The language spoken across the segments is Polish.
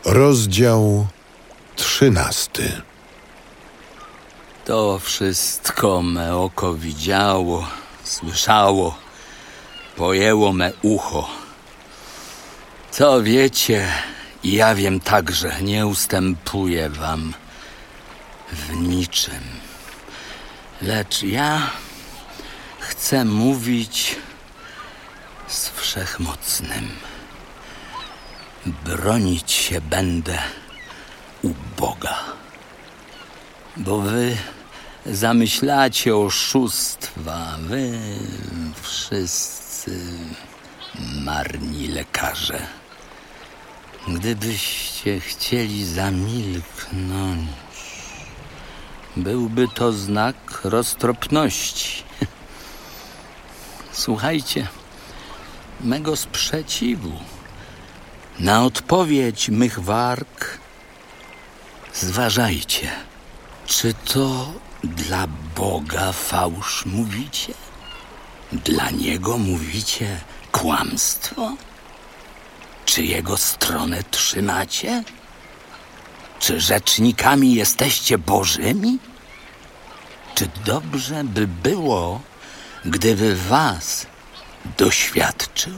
Rozdział 13. To wszystko me oko widziało, słyszało, pojęło me ucho. Co wiecie, ja wiem także, nie ustępuję wam w niczym. Lecz ja chcę mówić z Wszechmocnym. Bronić się będę u Boga. Bo wy zamyślacie oszustwa, wy wszyscy marni lekarze. Gdybyście chcieli zamilknąć, byłby to znak roztropności. Słuchajcie mego sprzeciwu. Na odpowiedź mych warg zważajcie. Czy to dla Boga fałsz mówicie? Dla Niego mówicie kłamstwo? Czy Jego stronę trzymacie? Czy rzecznikami jesteście Bożymi? Czy dobrze by było, gdyby was doświadczył?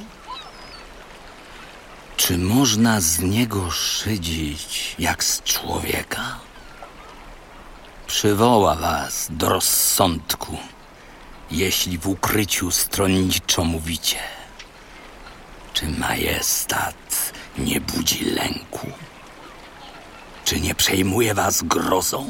Czy można z Niego szydzić jak z człowieka? Przywoła was do rozsądku, jeśli w ukryciu stronniczo mówicie. Czy majestat nie budzi lęku? Czy nie przejmuje was grozą?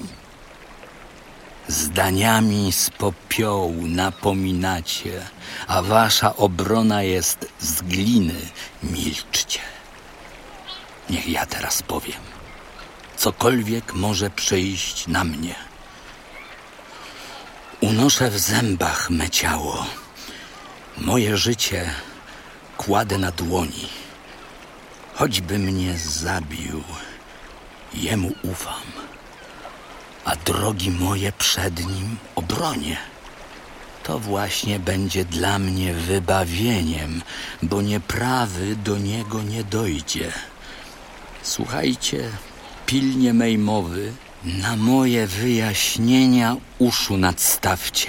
Zdaniami z popiołu napominacie, a wasza obrona jest z gliny. Milczcie. Niech ja teraz powiem. Cokolwiek może przyjść na mnie. Unoszę w zębach me ciało. Moje życie kładę na dłoni. Choćby mnie zabił, Jemu ufam, a drogi moje przed Nim obronię. To właśnie będzie dla mnie wybawieniem, bo nieprawy do Niego nie dojdzie. Słuchajcie pilnie mej mowy, na moje wyjaśnienia uszu nadstawcie.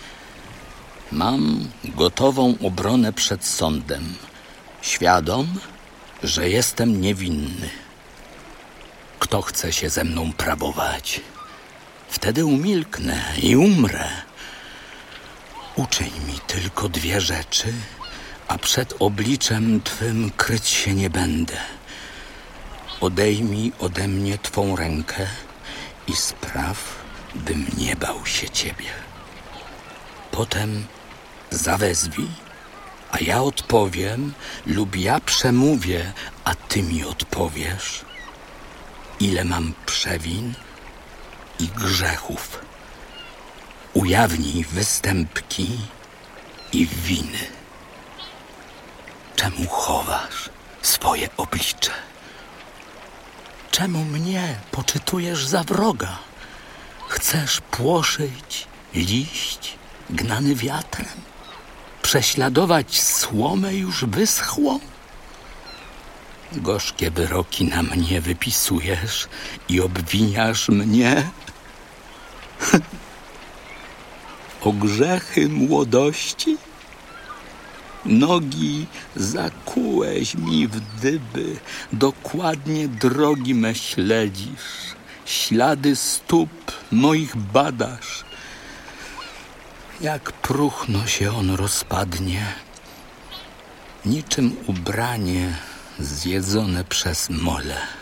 Mam gotową obronę przed sądem, świadom, że jestem niewinny. Kto chce się ze mną prawować? Wtedy umilknę i umrę. Uczyń mi tylko 2 rzeczy, a przed obliczem Twym kryć się nie będę. Odejmij ode mnie Twą rękę i spraw, bym nie bał się Ciebie. Potem zawezwij, a ja odpowiem, lub ja przemówię, a Ty mi odpowiesz, ile mam przewin i grzechów. Ujawnij występki i winy. Czemu chowasz swoje oblicze? Czemu mnie poczytujesz za wroga? Chcesz płoszyć liść gnany wiatrem? Prześladować słomę już wyschłą? Gorzkie wyroki na mnie wypisujesz i obwiniasz mnie? O grzechy młodości? Nogi zakułeś mi w dyby, dokładnie drogi me śledzisz, ślady stóp moich badasz. Jak próchno się on rozpadnie, niczym ubranie zjedzone przez mole.